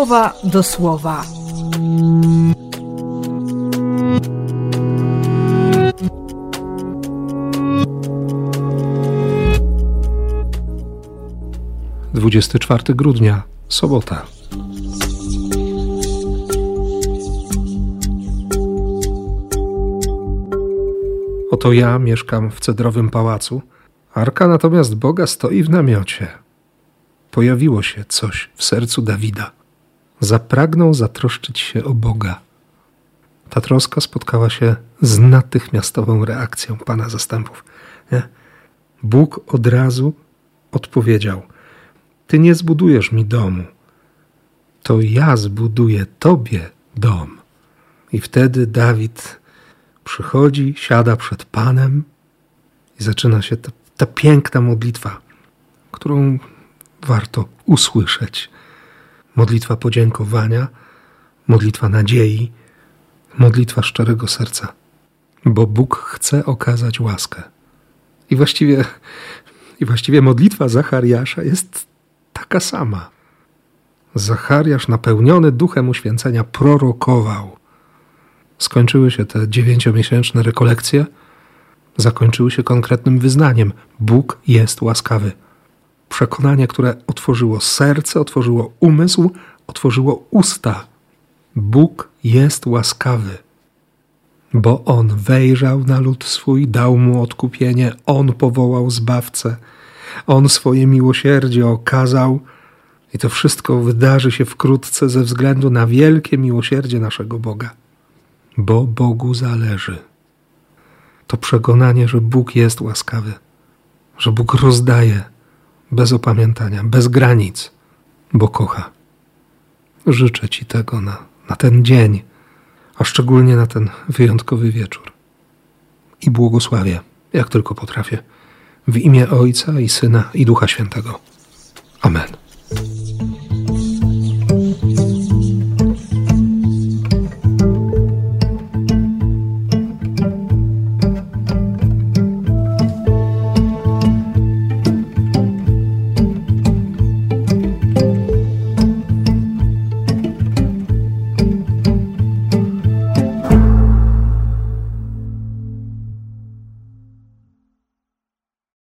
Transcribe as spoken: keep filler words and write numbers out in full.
słowa do słowa. dwudziestego czwartego grudnia, sobota. Oto ja mieszkam w cedrowym pałacu, arka natomiast Boga stoi w namiocie. Pojawiło się coś w sercu Dawida. Zapragnął zatroszczyć się o Boga. Ta troska spotkała się z natychmiastową reakcją Pana zastępów. Nie? Bóg od razu odpowiedział: Ty nie zbudujesz mi domu, to ja zbuduję Tobie dom. I wtedy Dawid przychodzi, siada przed Panem i zaczyna się ta, ta piękna modlitwa, którą warto usłyszeć. Modlitwa podziękowania, modlitwa nadziei, modlitwa szczerego serca. Bo Bóg chce okazać łaskę. I właściwie, i właściwie modlitwa Zachariasza jest taka sama. Zachariasz, napełniony duchem uświęcenia, prorokował. Skończyły się te dziewięciomiesięczne rekolekcje, zakończyły się konkretnym wyznaniem: Bóg jest łaskawy. Przekonanie, które otworzyło serce, otworzyło umysł, otworzyło usta. Bóg jest łaskawy, bo On wejrzał na lud swój, dał mu odkupienie, On powołał Zbawcę, On swoje miłosierdzie okazał i to wszystko wydarzy się wkrótce ze względu na wielkie miłosierdzie naszego Boga. Bo Bogu zależy. To przekonanie, że Bóg jest łaskawy, że Bóg rozdaje bez opamiętania, bez granic, bo kocha. Życzę Ci tego na, na ten dzień, a szczególnie na ten wyjątkowy wieczór. I błogosławię, jak tylko potrafię, w imię Ojca i Syna i Ducha Świętego. Amen.